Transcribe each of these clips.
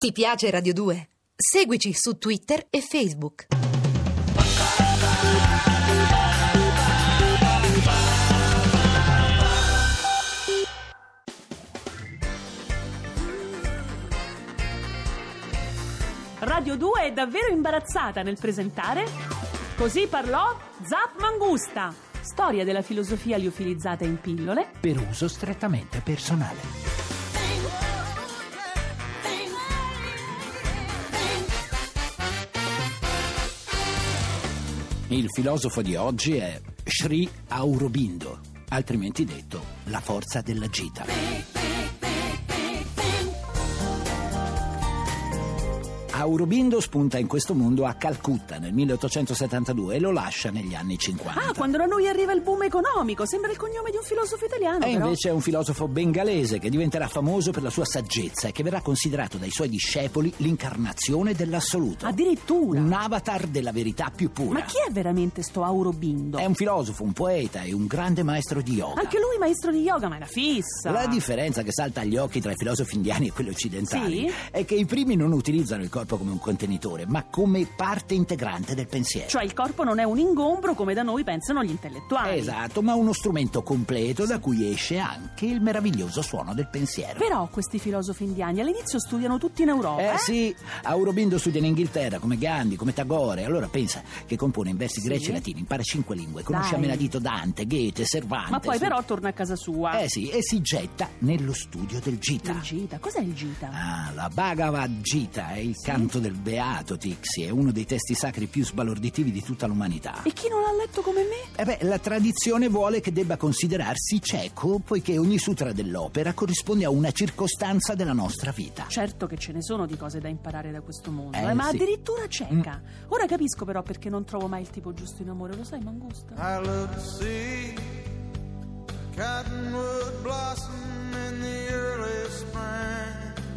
Ti piace Radio 2? Seguici su Twitter e Facebook. Radio 2 è davvero imbarazzata nel presentare Così parlò Zap Mangusta, storia della filosofia liofilizzata in pillole per uso strettamente personale. Il filosofo di oggi è Sri Aurobindo, altrimenti detto la forza della gita. Aurobindo spunta in questo mondo a Calcutta nel 1872 e lo lascia negli anni 50. Ah, quando da noi arriva il boom economico, sembra il cognome di un filosofo italiano. E però invece è un filosofo bengalese che diventerà famoso per la sua saggezza e che verrà considerato dai suoi discepoli l'incarnazione dell'assoluto. Addirittura. Un avatar della verità più pura. Ma chi è veramente sto Aurobindo? È un filosofo, un poeta e un grande maestro di yoga. Anche lui maestro di yoga, ma è una fissa. La differenza che salta agli occhi tra i filosofi indiani e quelli occidentali Sì? è che i primi non utilizzano il corpo come un contenitore, ma come parte integrante del pensiero. Cioè il corpo non è un ingombro come da noi pensano gli intellettuali. Esatto, ma uno strumento completo da cui esce anche il meraviglioso suono del pensiero. Però questi filosofi indiani all'inizio studiano tutti in Europa. Sì, Aurobindo studia in Inghilterra come Gandhi, come Tagore. Allora pensa che compone in versi greci e latini, impara 5 lingue, conosce a Dai. menadito Dante, Goethe, Cervantes. Ma poi però torna a casa sua. Sì, e si getta nello studio del Gita. Il Gita, cos'è il Gita? La Bhagavad Gita è il canto del beato Tixi, è uno dei testi sacri più sbalorditivi di tutta l'umanità. E chi non l'ha letto come me? La tradizione vuole che debba considerarsi cieco, poiché ogni sutra dell'opera corrisponde a una circostanza della nostra vita. Certo che ce ne sono di cose da imparare da questo mondo, ma sì. addirittura cieca. Ora capisco però perché non trovo mai il tipo giusto in amore, lo sai, Mangusta? I love to see cottonwood blossom in the early spring.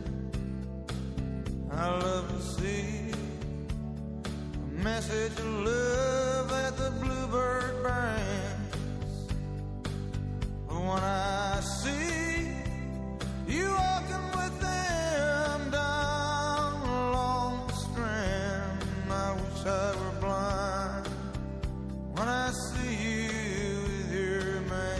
I love to see a message of love that the bluebird brings. But when I see you walking with them down along the strand, I wish I were blind when I see you with your man.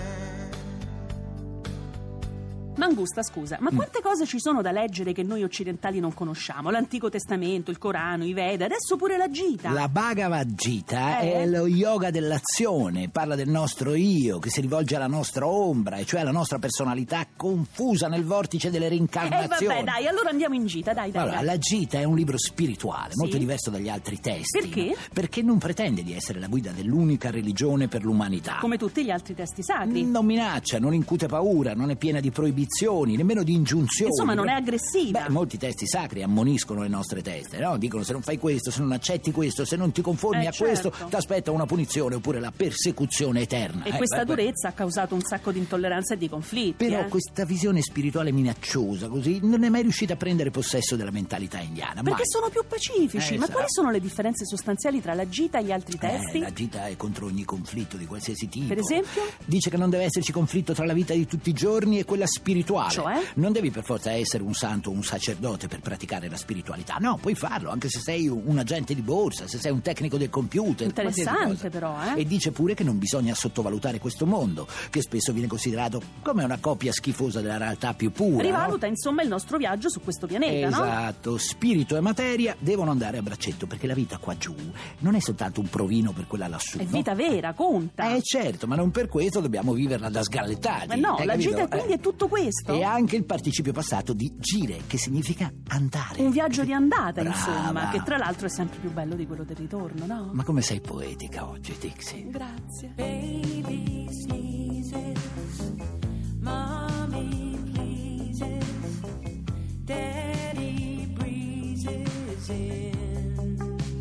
Mangusta, scusa, ma quante cose ci sono da leggere che noi occidentali non conosciamo? L'Antico Testamento, il Corano, i Veda, adesso pure la Gita. La Bhagavad Gita è lo yoga dell'azione, parla del nostro io che si rivolge alla nostra ombra, e cioè alla nostra personalità confusa nel vortice delle rincarnazioni. Vabbè, dai, allora andiamo in Gita, dai. Allora, la Gita è un libro spirituale, molto diverso dagli altri testi. Perché? No? Perché non pretende di essere la guida dell'unica religione per l'umanità. Come tutti gli altri testi sacri. Non minaccia, non incute paura, non è piena di proibizioni, nemmeno di ingiunzioni. Insomma, non è aggressiva. Molti testi sacri ammoniscono le nostre teste, no? Dicono: se non fai questo, se non accetti questo, se non ti conformi a questo, ti aspetta una punizione oppure la persecuzione eterna. E questa durezza ha causato un sacco di intolleranza e di conflitti. Però questa visione spirituale minacciosa così non è mai riuscita a prendere possesso della mentalità indiana. Perché mai. sono più pacifici. Ma quali sono le differenze sostanziali tra la Gita e gli altri testi? La Gita è contro ogni conflitto di qualsiasi tipo. Per esempio? Dice che non deve esserci conflitto tra la vita di tutti i giorni e quella spirituale. Cioè? Non devi per forza essere un santo o un sacerdote per praticare la spiritualità. No, puoi farlo anche se sei un agente di borsa, se sei un tecnico del computer. Interessante però, E dice pure che non bisogna sottovalutare questo mondo, che spesso viene considerato come una copia schifosa della realtà più pura. Rivaluta insomma il nostro viaggio su questo pianeta, no? Esatto, spirito e materia devono andare a braccetto, perché la vita qua giù non è soltanto un provino per quella lassù. È vita vera, conta. Certo, ma non per questo dobbiamo viverla da sgallettati. Ma no, la capito? Gita quindi è tutto questo. E anche il participio passato di gire, che significa andare. Un viaggio di andata, Brava. insomma, che tra l'altro è sempre più bello di quello del ritorno, no? Ma come sei poetica oggi, Tixi? Grazie. Baby sneezes, mommy pleases, daddy breezes in.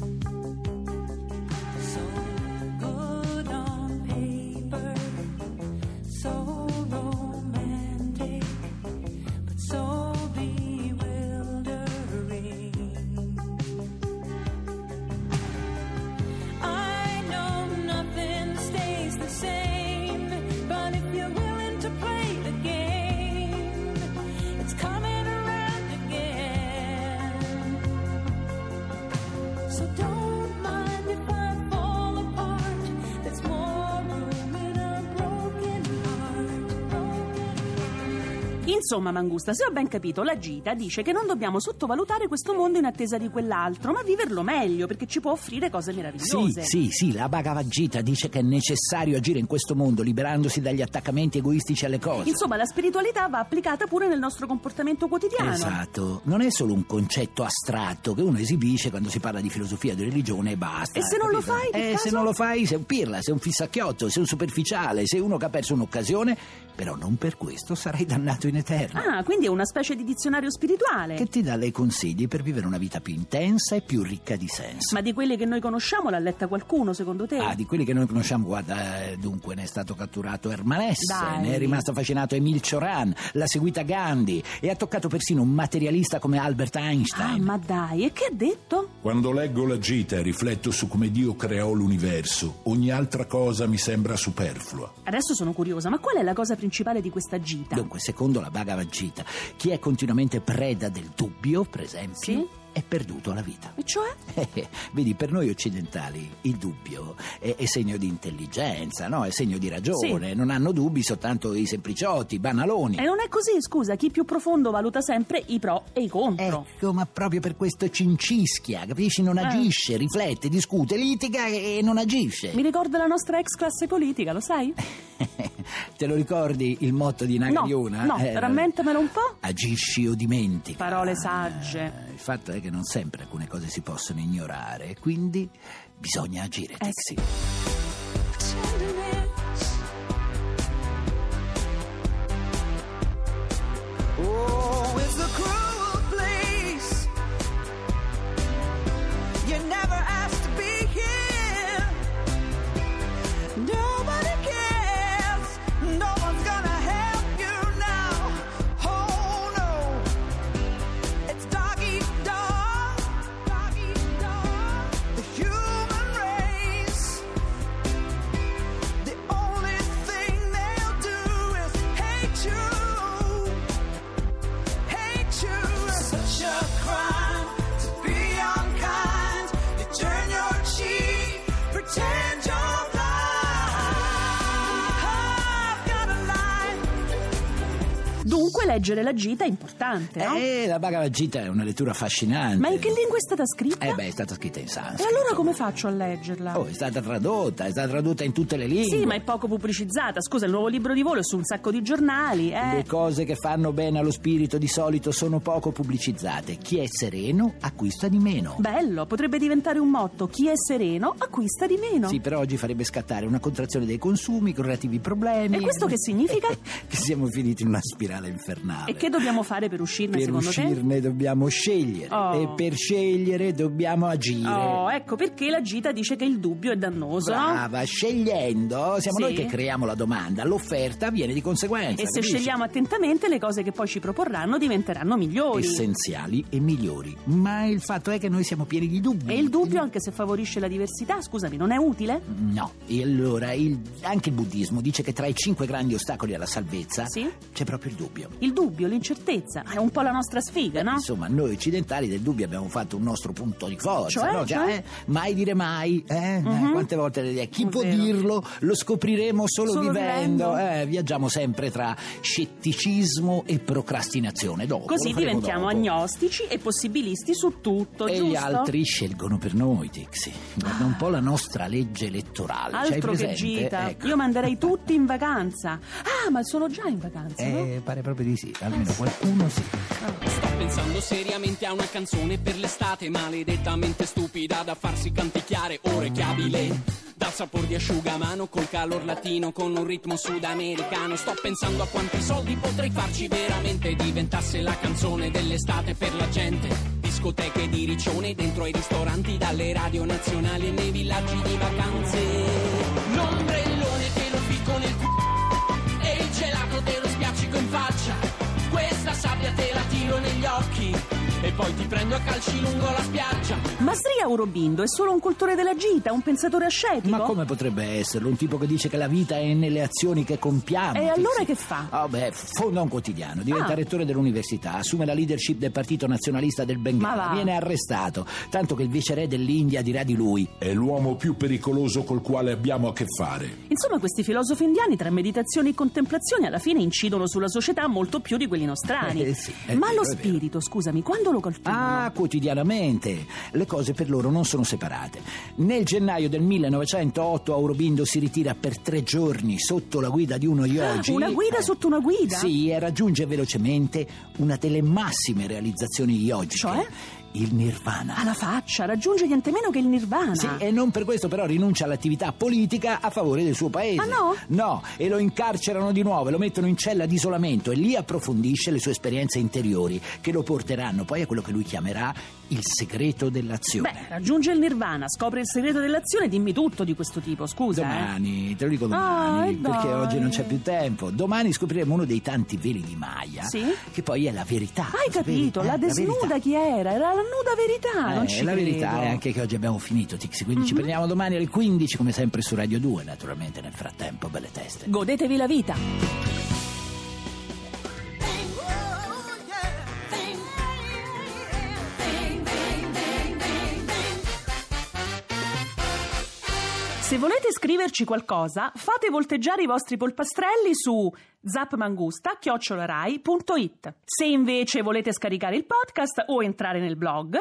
So good on paper, so romantic, but so bewildering. I know nothing stays the same, but if you're willing to play the game, it's Insomma, Mangusta, se ho ben capito, la Gita dice che non dobbiamo sottovalutare questo mondo in attesa di quell'altro, ma viverlo meglio, perché ci può offrire cose meravigliose. Sì, la Bhagavad Gita dice che è necessario agire in questo mondo liberandosi dagli attaccamenti egoistici alle cose. Insomma, la spiritualità va applicata pure nel nostro comportamento quotidiano. Esatto, non è solo un concetto astratto che uno esibisce quando si parla di filosofia, di religione e basta. E se non lo fai, che caso? Se non lo fai sei un pirla, sei un fissacchiotto, sei un superficiale, sei uno che ha perso un'occasione, però non per questo sarai dannato in eterno. Ah, quindi è una specie di dizionario spirituale. Che ti dà dei consigli per vivere una vita più intensa e più ricca di senso. Ma di quelli che noi conosciamo l'ha letta qualcuno, secondo te? Ah, di quelli che noi conosciamo, guarda, dunque ne è stato catturato Hermann Hesse, Dai. ne è rimasto affascinato Émile Cioran, l'ha seguita Gandhi e ha toccato persino un materialista come Albert Einstein. Ah, ma dai, e che ha detto? Quando leggo la Gita e rifletto su come Dio creò l'universo, ogni altra cosa mi sembra superflua. Adesso sono curiosa, ma qual è la cosa principale di questa Gita? Dunque, secondo la Bhagavad Gita, chi è continuamente preda del dubbio, per esempio, Sì? è perduto alla vita. E cioè? Vedi, per noi occidentali il dubbio è segno di intelligenza, no? È segno di ragione. Sì. Non hanno dubbi soltanto i sempliciotti, i banaloni. E non è così, scusa, chi più profondo valuta sempre i pro e i contro. Ecco, ma proprio per questo ci incischia, capisci? Non agisce, riflette, discute, litiga e non agisce. Mi ricorda la nostra ex classe politica, lo sai? Te lo ricordi il motto di Nagariuna? No, rammentamelo un po'. Agisci o dimentica. Parole sagge. Il fatto è che non sempre alcune cose si possono ignorare, quindi bisogna agire, Tixi. Oh, it's a cruel place. You never asked to be here. Nobody cares. No one's gonna help you now. Oh no. It's dog eat dog. Dog eat dog. The human race. The only thing they'll do is hate you. Such a crime to be unkind. You turn your cheek, pretend you're blind. I've got a lie. Dunque leggere la Gita è importante, no? La Bhagavad Gita è una lettura affascinante. Ma in che lingua è stata scritta? È stata scritta in E sanscrito. allora come faccio a leggerla? Oh, è stata tradotta in tutte le lingue. Sì, ma è poco pubblicizzata. Scusa, il nuovo libro di volo è su un sacco di giornali, Le cose che fanno bene allo spirito di solito sono poco pubblicizzate. Chi è sereno acquista di meno. Bello, potrebbe diventare un motto. Chi è sereno acquista di meno. Sì, però oggi farebbe scattare una contrazione dei consumi con relativi problemi. E questo che significa? Che siamo finiti in una spirale infernale. E che dobbiamo fare per uscirne, Per secondo uscirne dobbiamo scegliere. Oh. E per scegliere dobbiamo agire. te? Oh, ecco perché la Gita dice che il dubbio è dannoso, no? Brava, scegliendo siamo Sì. noi che creiamo la domanda, l'offerta viene di conseguenza. E se capisci? scegliamo attentamente, le cose che poi ci proporranno diventeranno migliori. Essenziali e migliori. Ma il fatto è che noi siamo pieni di dubbi. E il dubbio, anche se favorisce la diversità, scusami, non è utile? No, e allora anche il buddismo dice che tra i 5 grandi ostacoli alla salvezza Sì? c'è proprio il dubbio. Il dubbio, l'incertezza, è un po' la nostra sfiga, no? Insomma, noi occidentali del dubbio abbiamo fatto un nostro punto di forza, Cioè? no? Mai dire mai, Quante volte le chi È può vero. dirlo? Lo scopriremo solo Solo vivendo. vivendo. Viaggiamo sempre tra scetticismo e procrastinazione. Dopo, Così lo faremo diventiamo dopo. agnostici e possibilisti su tutto, E giusto? gli altri scelgono per noi, Tixi. Guarda un po' la nostra legge elettorale. C'hai Altro che presente? Gita. Ecco. Io manderei tutti in vacanza. Ah, ma sono già in vacanza, no? Pare proprio di sì, almeno qualcuno sì. Sto pensando seriamente a una canzone per l'estate maledettamente stupida da farsi canticchiare orecchiabile. Dal sapore di asciugamano col calor latino con un ritmo sudamericano. Sto pensando a quanti soldi potrei farci veramente diventasse la canzone dell'estate per la gente. Discoteche di riccione dentro ai ristoranti, dalle radio nazionali e nei villaggi di vacanze. L'ombrellone te lo ficco nel c***o e il gelato te lo spiaccico in faccia. Questa sabbia te la tiro negli occhi e poi ti prendo a calci lungo la spiaggia. Ma Sri Aurobindo è solo un cultore della gita, un pensatore ascetico? Ma come potrebbe esserlo? Un tipo che dice che la vita è nelle azioni che compiamo. E allora Tizzi. che fa? Oh, fonda un quotidiano, diventa rettore dell'università, assume la leadership del partito nazionalista del Ma Bengala, va. viene arrestato, tanto che il viceré dell'India dirà di lui: È l'uomo più pericoloso col quale abbiamo a che fare. Insomma, questi filosofi indiani, tra meditazioni e contemplazioni, alla fine incidono sulla società molto più di quelli nostrani. Sì, Ma è lo vero. spirito, scusami, quando lo coltivano? Ah, quotidianamente. Le cose per loro non sono separate. Nel gennaio del 1908 Aurobindo si ritira per 3 giorni sotto la guida di uno yogi. Una guida sotto una guida? Sì, e raggiunge velocemente una delle massime realizzazioni yogiche. Cioè? Il nirvana. Alla faccia, raggiunge niente meno che il nirvana. Sì, e non per questo però rinuncia all'attività politica a favore del suo paese. Ah, no? No, e lo incarcerano di nuovo, e lo mettono in cella di isolamento e lì approfondisce le sue esperienze interiori che lo porteranno poi a quello che lui chiamerà il segreto dell'azione. Beh, raggiunge il nirvana, scopre il segreto dell'azione, dimmi tutto di questo tipo, scusa. Domani, te lo dico domani, perché dai. oggi non c'è più tempo. Domani scopriremo uno dei tanti veli di Maya, Sì? che poi è la verità. Hai Lo sapevi? capito, la desnuda verità. chi era? Era la nuda verità, non ci La verità credo. è anche che oggi abbiamo finito, Tixi, quindi ci prendiamo domani alle 15 come sempre su Radio 2, naturalmente nel frattempo belle teste. Godetevi la vita. Se volete scriverci qualcosa, fate volteggiare i vostri polpastrelli su zapmangusta@rai.it. Se invece volete scaricare il podcast o entrare nel blog,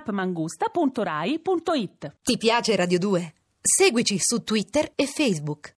zapmangusta.rai.it. Ti piace Radio 2? Seguici su Twitter e Facebook.